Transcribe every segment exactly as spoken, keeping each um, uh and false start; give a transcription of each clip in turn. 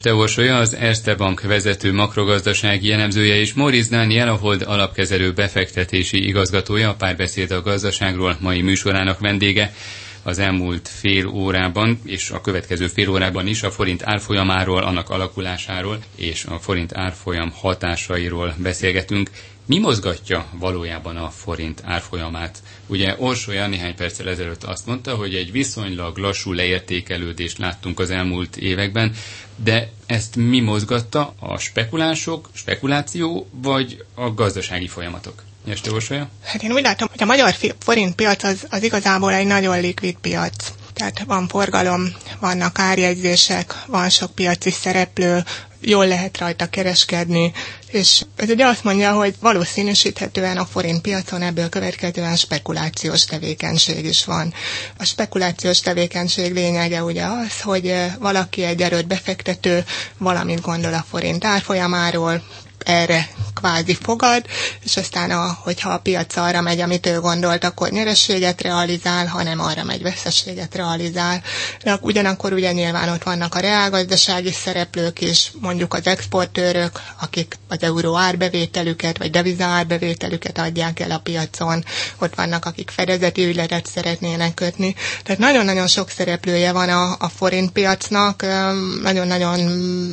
Nyeste Orsolya, az Erste Bank vezető makrogazdasági elemzője, és Móricz Dániel, a Hold alapkezelő befektetési igazgatója, a Párbeszéd a gazdaságról mai műsorának vendége. Az elmúlt fél órában és a következő fél órában is a forint árfolyamáról, annak alakulásáról és a forint árfolyam hatásairól beszélgetünk. Mi mozgatja valójában a forint árfolyamát? Ugye Orsolya néhány perccel ezelőtt azt mondta, hogy egy viszonylag lassú leértékelődést láttunk az elmúlt években, de ezt mi mozgatta? A spekulánsok, spekuláció vagy a gazdasági folyamatok? Nyeste Orsolya? Hát én úgy látom, hogy a magyar forint piac az, az igazából egy nagyon likvid piac. Tehát van forgalom, vannak árjegyzések, van sok piaci szereplő, jól lehet rajta kereskedni, és ez ugye azt mondja, hogy valószínűsíthetően a forint piacon ebből következően spekulációs tevékenység is van. A spekulációs tevékenység lényege ugye az, hogy valaki, egy erőt befektető valamit gondol a forint árfolyamáról, erre kvázi fogad, és aztán, a, hogyha a piac arra megy, amit ő gondolt, akkor nyerességet realizál, hanem arra megy, veszteséget realizál. De ugyanakkor ugye nyilván ott vannak a reálgazdasági szereplők is, mondjuk az exportőrök, akik az euró árbevételüket, vagy deviza árbevételüket adják el a piacon, ott vannak, akik fedezeti ügyletet szeretnének kötni. Tehát nagyon-nagyon sok szereplője van a, a forintpiacnak, nagyon-nagyon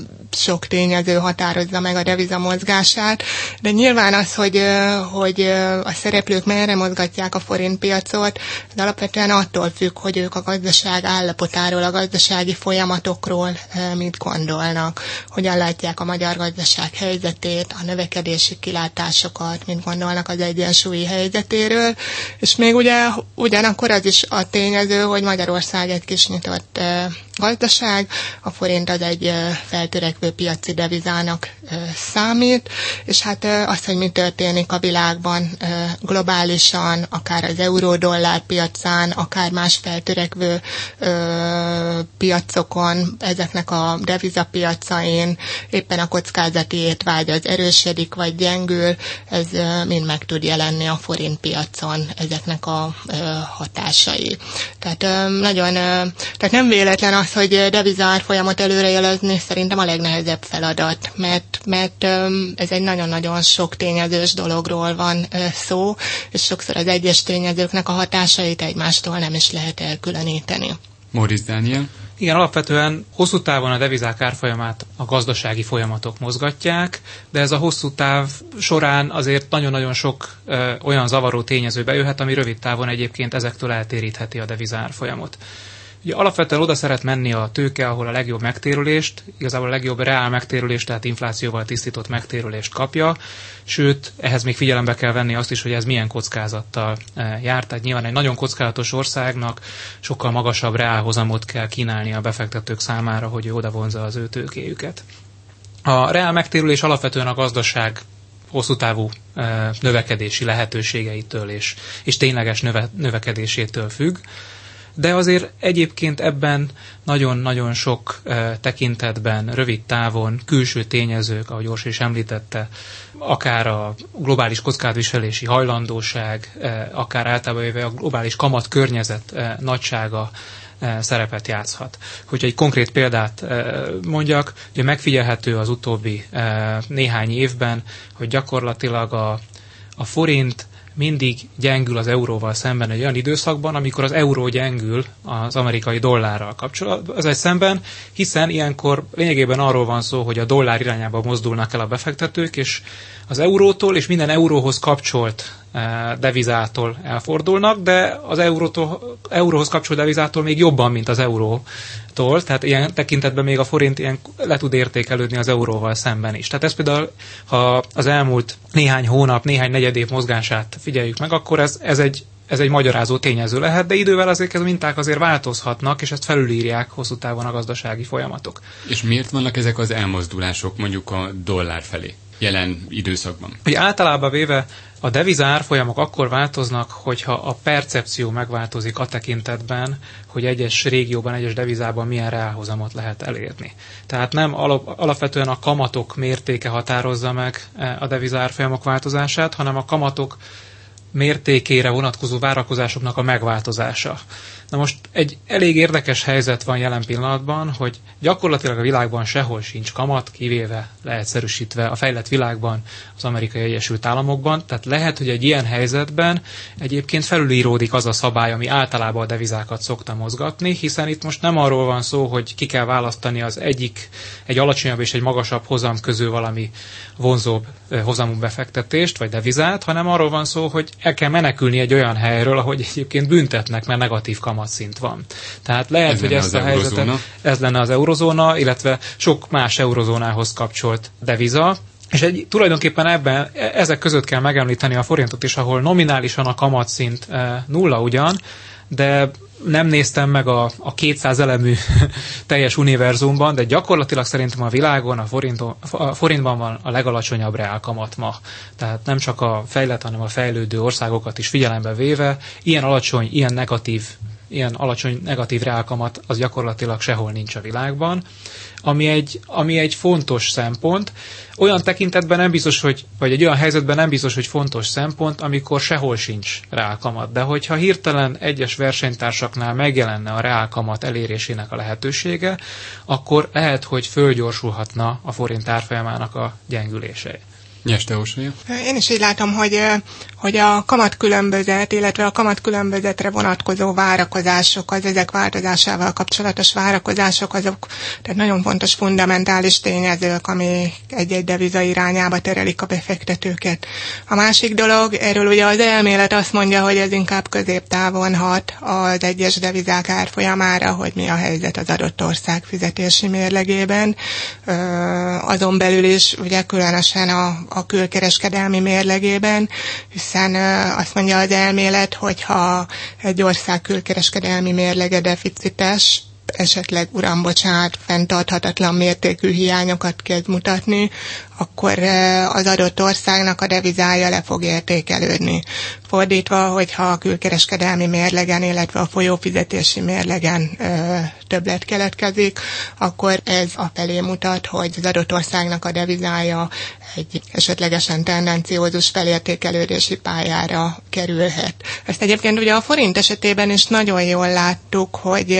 sok tényező határozza meg a deviza mozgását, de nyilván az, hogy, hogy a szereplők merre mozgatják a forintpiacot, az alapvetően attól függ, hogy ők a gazdaság állapotáról, a gazdasági folyamatokról mit gondolnak, hogyan látják a magyar gazdaság helyzetét, a növekedési kilátásokat, mit gondolnak az egyensúlyi helyzetéről, és még ugye ugyanakkor az is a tényező, hogy Magyarország egy kis nyitott gazdaság, a forint az egy feltörekvő piaci devizának számít, és hát az, hogy mi történik a világban globálisan, akár az euró-dollár piacán, akár más feltörekvő piacokon, ezeknek a devizapiacain éppen a kockázati étvágy az erősödik vagy gyengül, ez mind meg tud jelenni a forint piacon, ezeknek a hatásai. Tehát nagyon, tehát nem véletlen az, hogy deviza árfolyamot előrejelezni szerintem a legnehezebb feladat, mert, mert ez egy nagyon-nagyon sok tényezős dologról van szó, és sokszor az egyes tényezőknek a hatásait egymástól nem is lehet elkülöníteni. Móricz Dániel? Igen, alapvetően hosszú távon a devizák árfolyamát a gazdasági folyamatok mozgatják, de ez a hosszú táv során azért nagyon-nagyon sok ö, olyan zavaró tényező bejöhet, ami rövid távon egyébként ezektől eltérítheti a deviza árfolyamot. Ugye alapvetően oda szeret menni a tőke, ahol a legjobb megtérülést, igazából a legjobb reál megtérülést, tehát inflációval tisztított megtérülést kapja, sőt, ehhez még figyelembe kell venni azt is, hogy ez milyen kockázattal jár, tehát nyilván egy nagyon kockázatos országnak sokkal magasabb reálhozamot kell kínálni a befektetők számára, hogy ő odavonza az ő tőkéjüket. A reál megtérülés alapvetően a gazdaság hosszú távú növekedési lehetőségeitől és, és tényleges növe, növekedésétől függ, de azért egyébként ebben nagyon-nagyon sok e, tekintetben, rövid távon külső tényezők, ahogy Orsolya is említette, akár a globális kockázatviselési hajlandóság, e, akár általában véve a globális kamatkörnyezet e, nagysága e, szerepet játszhat. Hogyha egy konkrét példát e, mondjak, ugye megfigyelhető az utóbbi e, néhány évben, hogy gyakorlatilag a, a forint mindig gyengül az euróval szemben egy olyan időszakban, amikor az euró gyengül az amerikai dollárral kapcsolatban. Ez egy szemben, hiszen ilyenkor lényegében arról van szó, hogy a dollár irányába mozdulnak el a befektetők, és az eurótól és minden euróhoz kapcsolt devizától elfordulnak, de az eurótól, euróhoz kapcsolt devizától még jobban, mint az eurótól, tehát ilyen tekintetben még a forint ilyen le tud értékelődni az euróval szemben is. Tehát ez például, ha az elmúlt néhány hónap, néhány negyedév mozgását figyeljük meg, akkor ez, ez egy Ez egy magyarázó tényező lehet, de idővel azért ez a minták azért változhatnak, és ezt felülírják hosszú távon a gazdasági folyamatok. És miért vannak ezek az elmozdulások mondjuk a dollár felé jelen időszakban? Ugye általában véve a deviza árfolyamok akkor változnak, hogyha a percepció megváltozik a tekintetben, hogy egyes régióban, egyes devizában milyen reálhozamot lehet elérni. Tehát nem alap, alapvetően a kamatok mértéke határozza meg a deviza árfolyamok változását, hanem a kamatok mértékére vonatkozó várakozásoknak a megváltozása. Na most egy elég érdekes helyzet van jelen pillanatban, hogy gyakorlatilag a világban sehol sincs kamat, kivéve leegyszerűsítve a fejlett világban, az Amerikai Egyesült Államokban. Tehát lehet, hogy egy ilyen helyzetben egyébként felülíródik az a szabály, ami általában a devizákat szokta mozgatni, hiszen itt most nem arról van szó, hogy ki kell választani az egyik, egy alacsonyabb és egy magasabb hozam közül valami vonzóbb hozamú befektetést, vagy devizát, hanem arról van szó, hogy el kell menekülni egy olyan helyről, ahogy egyébként büntetnek, mert negatív kamatszint van. Tehát lehet, ez hogy ezt a helyzetet, ez lenne az eurozóna, illetve sok más eurozónához kapcsolt deviza, és egy, tulajdonképpen ebben, ezek között kell megemlíteni a forintot is, ahol nominálisan a kamatszint e, nulla ugyan, de nem néztem meg a, a kétszáz elemű teljes univerzumban, de gyakorlatilag szerintem a világon a, forinton, a forintban van a legalacsonyabb reálkamat ma. Tehát nem csak a fejlett, hanem a fejlődő országokat is figyelembe véve, ilyen alacsony, ilyen negatív, ilyen alacsony negatív reálkamat az gyakorlatilag sehol nincs a világban, ami egy, ami egy fontos szempont. Olyan tekintetben nem biztos, hogy, vagy egy olyan helyzetben nem biztos, hogy fontos szempont, amikor sehol sincs reálkamat. De hogyha hirtelen egyes versenytársaknál megjelenne a reálkamat elérésének a lehetősége, akkor lehet, hogy fölgyorsulhatna a forint árfolyamának a gyengülése. Nyeste Orsolya. Én is így látom, hogy, hogy a kamatkülönbözet, illetve a kamatkülönbözetre vonatkozó várakozások, az ezek változásával kapcsolatos várakozások, azok tehát nagyon fontos fundamentális tényezők, ami egy-egy deviza irányába terelik a befektetőket. A másik dolog, erről ugye az elmélet azt mondja, hogy ez inkább középtávon hat az egyes devizák árfolyamára, hogy mi a helyzet az adott ország fizetési mérlegében. Azon belül is ugye különösen a a külkereskedelmi mérlegében, hiszen azt mondja az elmélet, hogyha egy ország külkereskedelmi mérlege deficites, esetleg uram, bocsánat, fenntarthatatlan mértékű hiányokat kezd mutatni, akkor az adott országnak a devizája le fog értékelődni. Fordítva, hogyha a külkereskedelmi mérlegen, illetve a folyófizetési mérlegen ö, többlet keletkezik, akkor ez afelé mutat, hogy az adott országnak a devizája egy esetlegesen tendenciózus felértékelődési pályára kerülhet. Ezt egyébként ugye a forint esetében is nagyon jól láttuk, hogy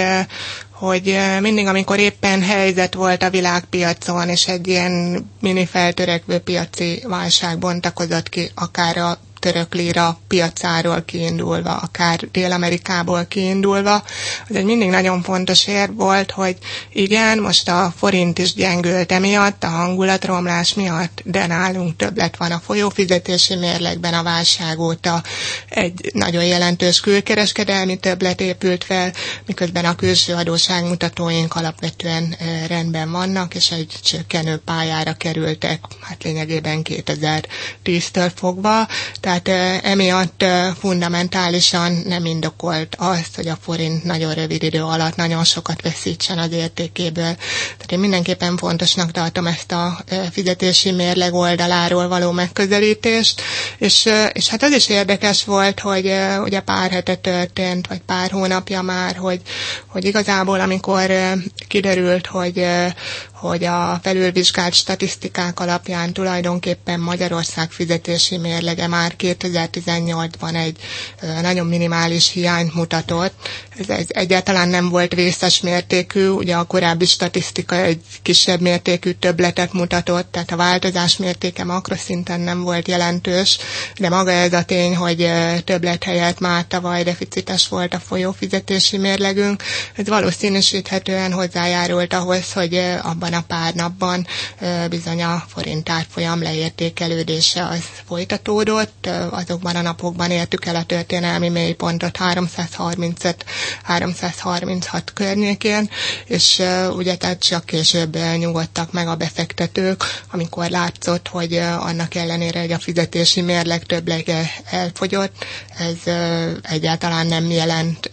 hogy mindig, amikor éppen helyzet volt a világpiacon, és egy ilyen mini feltörekvő piaci válság bontakozott ki, akár a török lira piacáról kiindulva, akár Dél-Amerikából kiindulva, az egy mindig nagyon fontos érv volt, hogy igen, most a forint is gyengült emiatt, a hangulatromlás miatt, de nálunk többlet van a folyófizetési mérlegben a válság óta, egy nagyon jelentős külkereskedelmi többlet épült fel, miközben a külső adósságmutatóink alapvetően rendben vannak, és egy csökkenő pályára kerültek, hát lényegében kétezer-tíztől fogva, tehát emiatt fundamentálisan nem indokolt azt, hogy a forint nagyon rövid idő alatt nagyon sokat veszítsen az értékéből. Tehát én mindenképpen fontosnak tartom ezt a fizetési mérleg oldaláról való megközelítést, és, és hát az is érdekes volt, hogy ugye pár hete történt, vagy pár hónapja már, hogy, hogy igazából amikor kiderült, hogy hogy a felülvizsgált statisztikák alapján tulajdonképpen Magyarország fizetési mérlege már kétezer-tizennyolcban egy nagyon minimális hiányt mutatott. Ez, ez egyáltalán nem volt vészes mértékű, ugye a korábbi statisztika egy kisebb mértékű többletet mutatott, tehát a változás mértéke makroszinten nem volt jelentős, de maga ez a tény, hogy többlet helyett már tavaly deficites volt a folyófizetési mérlegünk, ez valószínűsíthetően hozzájárult ahhoz, hogy abban a pár napban bizony a forint árfolyam leértékelődése az folytatódott. Azokban a napokban értük el a történelmi mélypontot háromszázharmincöt háromszázharminchat környékén, és ugye tehát csak később nyugodtak meg a befektetők, amikor látszott, hogy annak ellenére, hogy a fizetési mérleg többlege elfogyott, ez egyáltalán nem jelent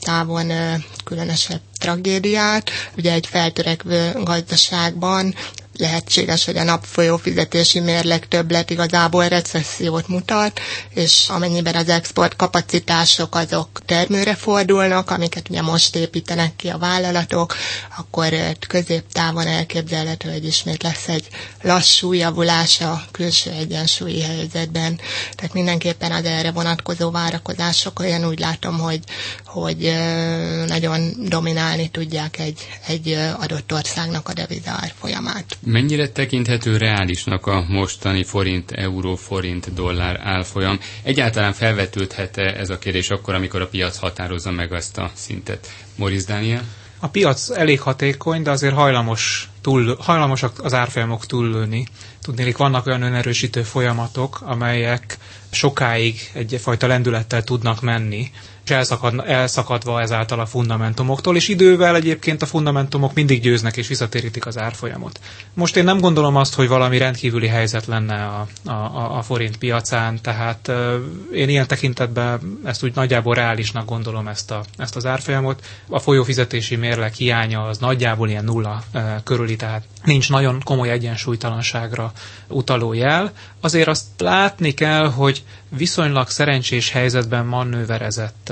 középtávon különösebb tragédiát. Ugye egy feltörekvő gazdaságban lehetséges, hogy a napfolyó fizetési mérleg többlet igazából recessziót mutat, és amennyiben az export kapacitások azok termőre fordulnak, amiket ugye most építenek ki a vállalatok, akkor középtávon elképzelhető, hogy ismét lesz egy lassú javulás a külső egyensúlyi helyzetben. Tehát mindenképpen az erre vonatkozó várakozások olyan úgy látom, hogy, hogy nagyon dominálni tudják egy, egy adott országnak a deviza árfolyamát. Mennyire tekinthető reálisnak a mostani forint, euró, forint, dollár árfolyam? Egyáltalán felvetődhet-e ez a kérdés akkor, amikor a piac határozza meg azt a szintet? Moriz Dániel? A piac elég hatékony, de azért hajlamos, túl, hajlamosak az árfolyamok túllőni. Tudnélik, vannak olyan önerősítő folyamatok, amelyek sokáig egyfajta lendülettel tudnak menni, és elszakad, elszakadva ezáltal a fundamentumoktól, és idővel egyébként a fundamentumok mindig győznek és visszatérítik az árfolyamot. Most én nem gondolom azt, hogy valami rendkívüli helyzet lenne a, a, a forint piacán, tehát euh, én ilyen tekintetben ezt úgy nagyjából reálisnak gondolom ezt, a, ezt az árfolyamot. A folyófizetési mérleg hiánya az nagyjából ilyen nulla euh, körüli, tehát nincs nagyon komoly egyensúlytalanságra utaló jel. Azért azt látni kell, hogy viszonylag szerencsés helyzetben manőverezett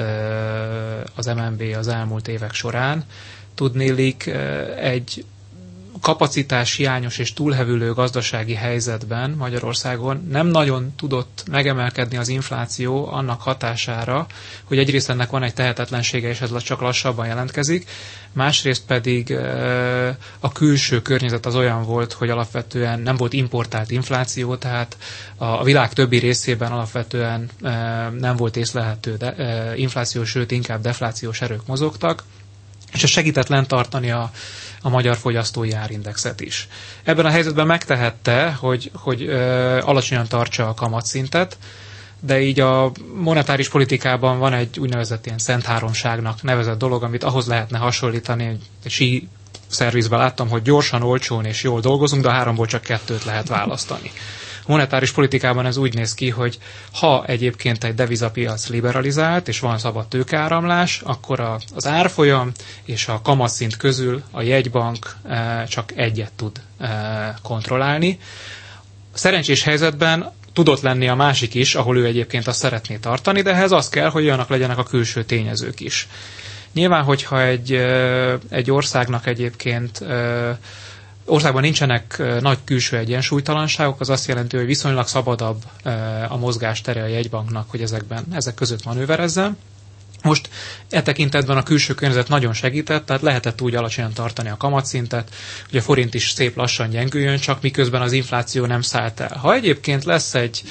az em en bé az elmúlt évek során. Tudnélik, egy kapacitás hiányos és túlhevülő gazdasági helyzetben Magyarországon nem nagyon tudott megemelkedni az infláció annak hatására, hogy egyrészt ennek van egy tehetetlensége, és ez csak lassabban jelentkezik, másrészt pedig a külső környezet az olyan volt, hogy alapvetően nem volt importált infláció, tehát a világ többi részében alapvetően nem volt észlelhető infláció, sőt inkább deflációs erők mozogtak, és ez segített lent tartani a, a magyar fogyasztói árindexet is. Ebben a helyzetben megtehette, hogy, hogy ö, alacsonyan tartsa a kamatszintet, de így a monetáris politikában van egy úgynevezett ilyen szent háromságnak nevezett dolog, amit ahhoz lehetne hasonlítani, egy, egy sí szervizben láttam, hogy gyorsan, olcsón és jól dolgozunk, de a háromból csak kettőt lehet választani. A monetáris politikában ez úgy néz ki, hogy ha egyébként egy devizapiac liberalizált, és van szabad tőkeáramlás, akkor a, az árfolyam és a kamatszint közül a jegybank e, csak egyet tud e, kontrollálni. Szerencsés helyzetben tudott lenni a másik is, ahol ő egyébként azt szeretné tartani, de ehhez az kell, hogy olyanok legyenek a külső tényezők is. Nyilván, hogyha egy, egy országnak egyébként országban nincsenek nagy külső egyensúlytalanságok, az azt jelenti, hogy viszonylag szabadabb a mozgástere a jegybanknak, hogy ezekben, ezek között manőverezzen. Most e tekintetben a külső környezet nagyon segített, tehát lehetett úgy alacsonyan tartani a kamatszintet, hogy a forint is szép lassan gyengüljön, csak miközben az infláció nem szállt el. Ha egyébként lesz egy,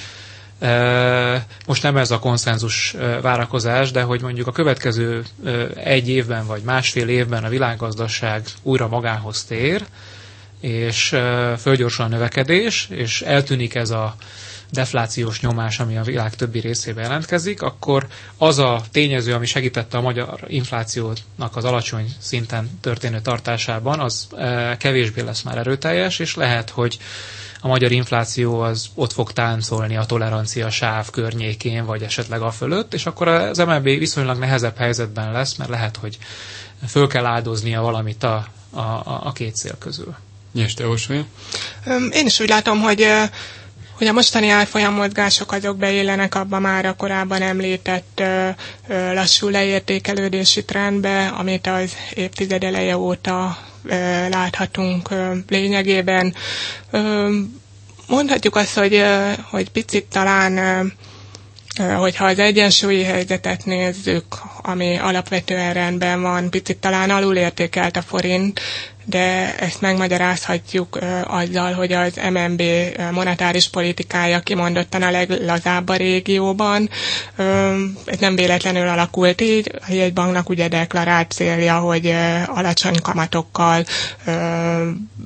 e, most nem ez a konszenzus várakozás, de hogy mondjuk a következő egy évben vagy másfél évben a világgazdaság újra magához tér, és e, fölgyorsul a növekedés, és eltűnik ez a deflációs nyomás, ami a világ többi részében jelentkezik, akkor az a tényező, ami segítette a magyar inflációnak az alacsony szinten történő tartásában, az kevésbé lesz már erőteljes, és lehet, hogy a magyar infláció az ott fog táncolni a tolerancia sáv környékén, vagy esetleg a fölött, és akkor az em en bé viszonylag nehezebb helyzetben lesz, mert lehet, hogy föl kell áldoznia valamit a, a, a két cél közül. Nyeste Orsolya? Én is úgy látom, hogy hogy a mostani árfolyam mozgások azok beillenek abba már a korábban említett ö, ö, lassú leértékelődési trendbe, amit az évtized eleje óta ö, láthatunk ö, lényegében. Ö, mondhatjuk azt, hogy, ö, hogy picit talán, ö, hogyha az egyensúlyi helyzetet nézzük, ami alapvetően rendben van, picit talán alulértékelt a forint, de ezt megmagyarázhatjuk ö, azzal, hogy az em en bé monetáris politikája kimondottan a leglazább a régióban. Ö, ez nem véletlenül alakult így. A jegybanknak ugye deklarált célja, hogy ö, alacsony kamatokkal ö,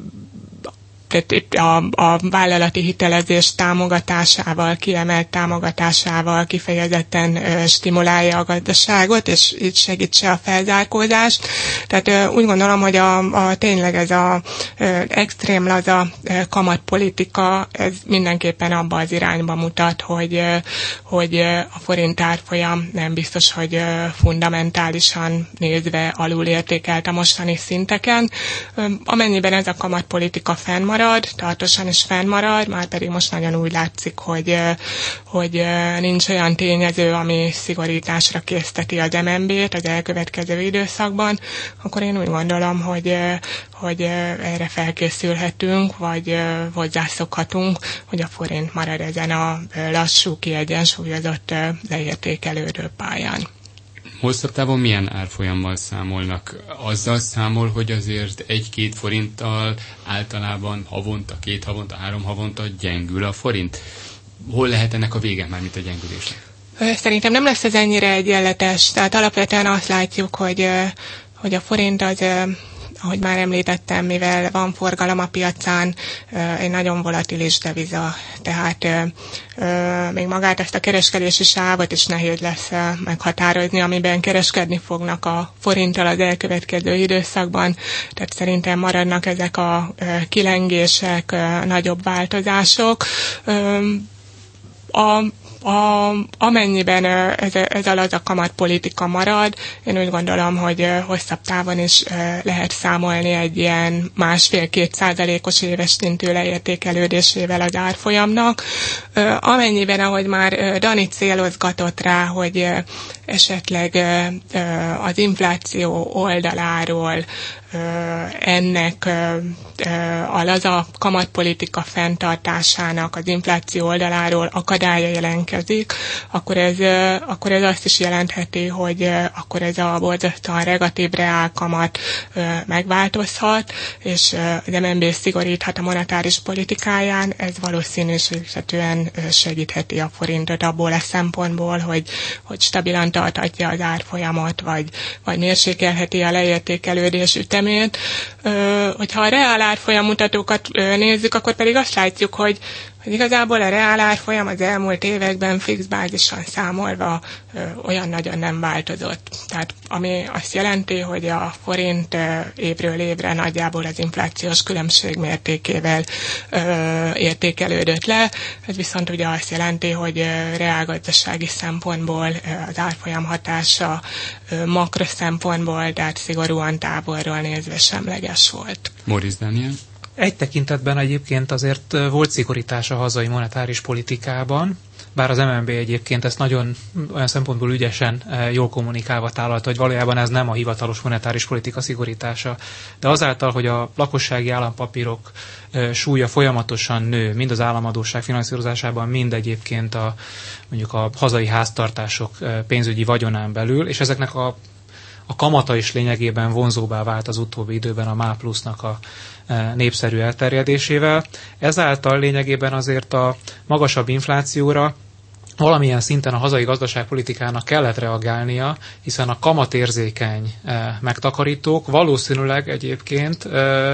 a, a vállalati hitelezés támogatásával, kiemelt támogatásával kifejezetten ö, stimulálja a gazdaságot, és így segítse a felzárkózást. Tehát ö, úgy gondolom, hogy a, a tényleg ez az extrém laza ö, kamatpolitika, ez mindenképpen abba az irányba mutat, hogy, ö, hogy ö, a forint árfolyam nem biztos, hogy ö, fundamentálisan nézve alul értékelt a mostani szinteken. Ö, amennyiben ez a kamatpolitika fennmarad, fennmarad, tartósan is fennmarad, már pedig most nagyon úgy látszik, hogy, hogy nincs olyan tényező, ami szigorításra készteti az em en bé-t az elkövetkező időszakban, akkor én úgy gondolom, hogy, hogy erre felkészülhetünk, vagy hozzászokhatunk, hogy a forint marad ezen a lassú, kiegyensúlyozott leértékelődő pályán. Hosszabb távon milyen árfolyammal számolnak? Azzal számol, hogy azért egy-két forinttal általában havonta, két havonta, három havonta gyengül a forint. Hol lehet ennek a vége már, mint a gyengülésnek? Szerintem nem lesz ez ennyire egyenletes. Tehát alapvetően azt látjuk, hogy, hogy a forint az, ahogy már említettem, mivel van forgalom a piacán, egy nagyon volatilis deviza. Tehát még magát ezt a kereskedési sávot is nehéz lesz meghatározni, amiben kereskedni fognak a forinttal az elkövetkező időszakban. Tehát szerintem maradnak ezek a kilengések, nagyobb változások. A A, amennyiben ez, ez alatt a kamatpolitika marad, én úgy gondolom, hogy hosszabb távon is lehet számolni egy ilyen másfél-két százalékos éves szintű leértékelődésével az árfolyamnak. Amennyiben, ahogy már Dani célozgatott rá, hogy esetleg az infláció oldaláról ennek a laza kamatpolitika fenntartásának az infláció oldaláról akadálya jelentkezik, akkor ez, akkor ez azt is jelentheti, hogy akkor ez a borzasztóan negatív reálkamat megváltozhat, és az em en bé szigoríthat a monetáris politikáján, ez valószínűsíthetően segítheti a forintot abból a szempontból, hogy, hogy stabilan tartatja az árfolyamot, vagy, vagy mérsékelheti a leértékelődés ütemét. Hogyha a reál árfolyam mutatókat nézzük, akkor pedig azt látjuk, hogy hogy igazából a reál árfolyam az elmúlt években fix bázison számolva ö, olyan nagyon nem változott. Tehát ami azt jelenti, hogy a forint ö, évről évre nagyjából az inflációs különbség mértékével ö, értékelődött le. Ez viszont ugye azt jelenti, hogy ö, reálgazdasági szempontból ö, az árfolyam hatása ö, makro szempontból, tehát szigorúan távolról nézve semleges volt. Móricz Dániel? Egy tekintetben egyébként azért volt szigorítás a hazai monetáris politikában, bár az em en bé egyébként ezt nagyon olyan szempontból ügyesen jól kommunikálva tálalta, hogy valójában ez nem a hivatalos monetáris politika szigorítása, de azáltal, hogy a lakossági állampapírok súlya folyamatosan nő, mind az államadósság finanszírozásában, mind egyébként a, mondjuk a hazai háztartások pénzügyi vagyonán belül, és ezeknek a A kamata is lényegében vonzóbbá vált az utóbbi időben a MÁ plusznak a népszerű elterjedésével. Ezáltal lényegében azért a magasabb inflációra valamilyen szinten a hazai gazdaságpolitikának kellett reagálnia, hiszen a kamatérzékeny megtakarítók valószínűleg egyébként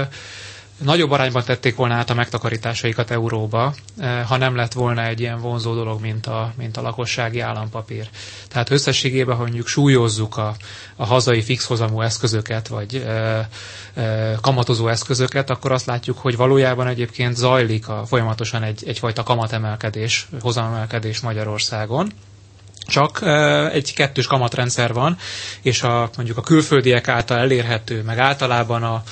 nagyobb arányban tették volna át a megtakarításaikat euróba, ha nem lett volna egy ilyen vonzó dolog, mint a, mint a lakossági állampapír. Tehát összességében, ha mondjuk súlyozzuk a, a hazai fixhozamú eszközöket, vagy e, e, kamatozó eszközöket, akkor azt látjuk, hogy valójában egyébként zajlik a, folyamatosan egy, egyfajta kamatemelkedés, hozamemelkedés Magyarországon. Csak egy kettős kamatrendszer van, és a, mondjuk a külföldiek által elérhető, meg általában a,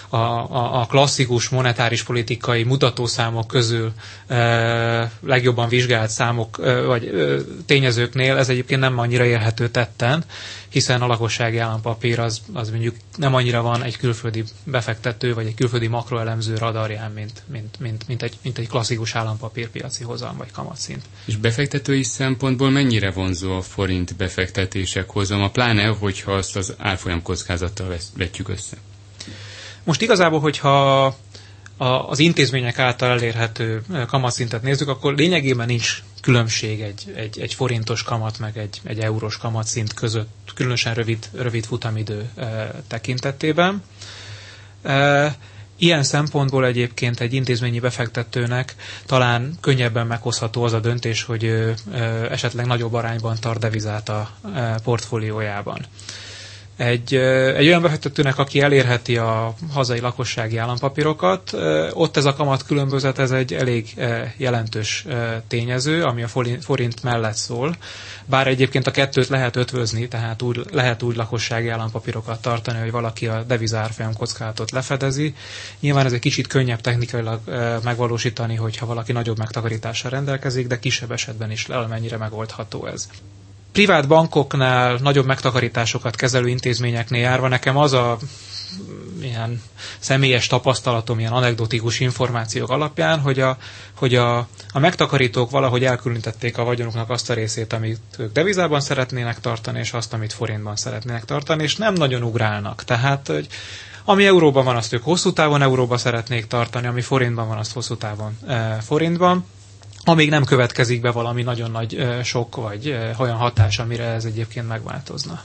a, a klasszikus monetáris politikai mutatószámok közül e, legjobban vizsgált számok e, vagy e, tényezőknél ez egyébként nem annyira érhető tetten, hiszen a lakossági állampapír az, az mondjuk nem annyira van egy külföldi befektető, vagy egy külföldi makroelemző radarján, mint, mint, mint, mint, egy, mint egy klasszikus állampapírpiaci hozam, vagy kamatszint. És befektetői szempontból mennyire vonzó a forint befektetések hozama, pláne, hogyha azt az árfolyam kockázattal vetjük össze? Most igazából, hogyha az intézmények által elérhető kamatszintet nézzük, akkor lényegében nincs különbség egy, egy, egy forintos kamat, meg egy, egy eurós kamatszint között, különösen rövid, rövid futamidő e, tekintetében. E, ilyen szempontból egyébként egy intézményi befektetőnek talán könnyebben meghozható az a döntés, hogy ő e, esetleg nagyobb arányban tart devizát a e, portfóliójában. Egy, egy olyan befektetőnek, aki elérheti a hazai lakossági állampapírokat, ott ez a kamat különbözet, ez egy elég jelentős tényező, ami a forint mellett szól. Bár egyébként a kettőt lehet ötvözni, tehát úgy, lehet úgy lakossági állampapírokat tartani, hogy valaki a devizárfolyam kockázatot lefedezi. Nyilván ez egy kicsit könnyebb technikailag megvalósítani, hogyha valaki nagyobb megtakarítással rendelkezik, de kisebb esetben is valamennyire megoldható ez. Privát bankoknál, nagyobb megtakarításokat kezelő intézményeknél járva nekem az a ilyen személyes tapasztalatom, ilyen anekdotikus információk alapján, hogy a, hogy a, a megtakarítók valahogy elkülönítették a vagyonuknak azt a részét, amit ők devizában szeretnének tartani, és azt, amit forintban szeretnének tartani, és nem nagyon ugrálnak. Tehát, hogy ami euróban van, azt ők hosszú távon euróban szeretnék tartani, ami forintban van, azt hosszú távon e, forintban. Amíg nem következik be valami nagyon nagy e, sok, vagy e, olyan hatás, amire ez egyébként megváltozna.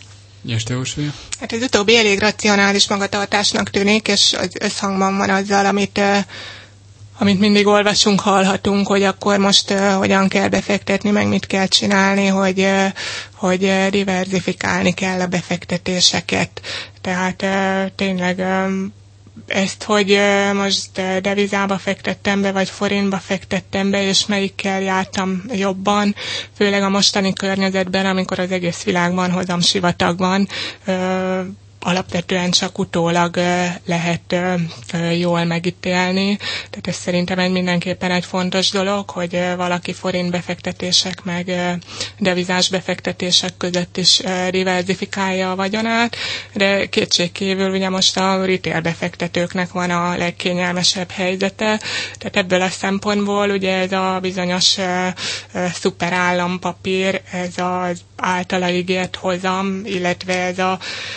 Hát az utóbbi elég racionális magatartásnak tűnik, és az összhangban van azzal, amit, uh, amit mindig olvasunk, hallhatunk, hogy akkor most uh, hogyan kell befektetni, meg mit kell csinálni, hogy, uh, hogy uh, diverzifikálni kell a befektetéseket. Tehát uh, tényleg um, ezt, hogy uh, most uh, devizába fektettem be, vagy forintba fektettem be, és melyikkel jártam jobban, főleg a mostani környezetben, amikor az egész világban hozamsivatag van, uh, alapvetően csak utólag uh, lehet uh, jól megítélni. Tehát ez szerintem egy mindenképpen egy fontos dolog, hogy uh, valaki forint befektetések meg uh, devizás befektetések között is uh, diversifikálja a vagyonát, de kétségkívül ugye most a retail befektetőknek van a legkényelmesebb helyzete, tehát ebből a szempontból ugye ez a bizonyos uh, uh, szuperállampapír, ez az általa ígért hozam, illetve ez a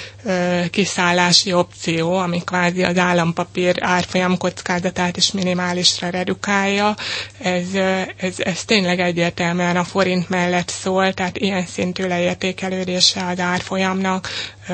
kiszállási opció, ami kvázi az állampapír árfolyam kockázatát is minimálisra redukálja. Ez, ez, ez tényleg egyértelműen a forint mellett szól, tehát ilyen szintű leértékelődése az árfolyamnak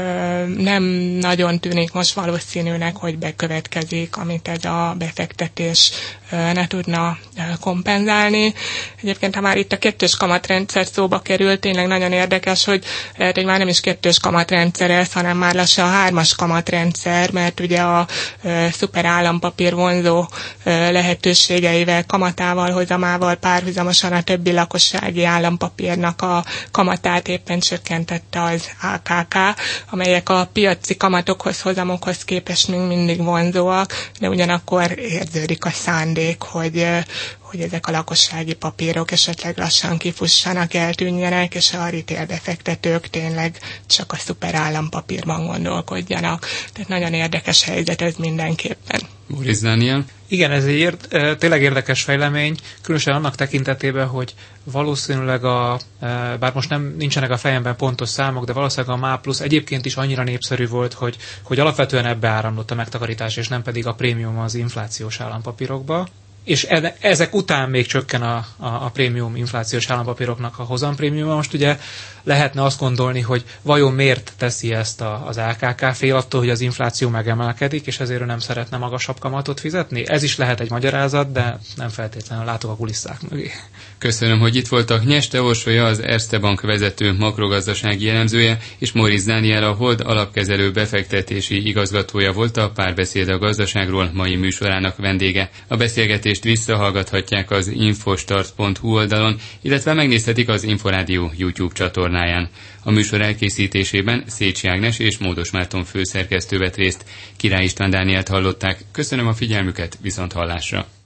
nem nagyon tűnik most valószínűnek, hogy bekövetkezik, amit ez a befektetés ne tudna kompenzálni. Egyébként, ha már itt a kettős kamatrendszer szóba került, tényleg nagyon érdekes, hogy lehet, hogy már nem is kettős kamatrendszer ez, hanem már lassan a hármas kamatrendszer, mert ugye a e, szuper állampapír vonzó e, lehetőségeivel, kamatával, hozamával párhuzamosan a többi lakossági állampapírnak a kamatát éppen csökkentette az á ká ká, amelyek a piaci kamatokhoz, hozamokhoz képest még mindig vonzóak, de ugyanakkor érződik a szándék, hogy, hogy ezek a lakossági papírok esetleg lassan kifussanak, eltűnjenek, és a retail befektetők tényleg csak a szuper állampapírban gondolkodjanak. Tehát nagyon érdekes helyzet ez mindenképpen. Móricz Dániel? Igen, ez egy ér- tényleg érdekes fejlemény, különösen annak tekintetében, hogy valószínűleg a, bár most nem nincsenek a fejemben pontos számok, de valószínűleg a MÁ plusz egyébként is annyira népszerű volt, hogy, hogy alapvetően ebbe áramlott a megtakarítás, és nem pedig a prémium az inflációs állampapírokba. És ezek után még csökken a, a, a prémium inflációs állampapíroknak a hozamprémiuma. Most ugye lehetne azt gondolni, hogy vajon miért teszi ezt a, az á ká ká, fél attól, hogy az infláció megemelkedik, és ezért ő nem szeretne magasabb kamatot fizetni? Ez is lehet egy magyarázat, de nem feltétlenül látok a kulisszák mögé. Köszönöm, hogy itt voltak. Nyeste Orsolya, az Erste Bank vezető makrogazdasági elemzője, és Móricz Dániel, a Hold alapkezelő befektetési igazgatója volt a Párbeszéd a gazdaságról mai műsorának vendége. A beszélgetést visszahallgathatják az infostart pont hu oldalon, illetve megnézhetik az Inforádió YouTube csatornáján. A műsor elkészítésében Szécsi Ágnes és Módos Márton főszerkesztő vett részt. Király István Dánielt hallották. Köszönöm a figyelmüket, viszont hallásra!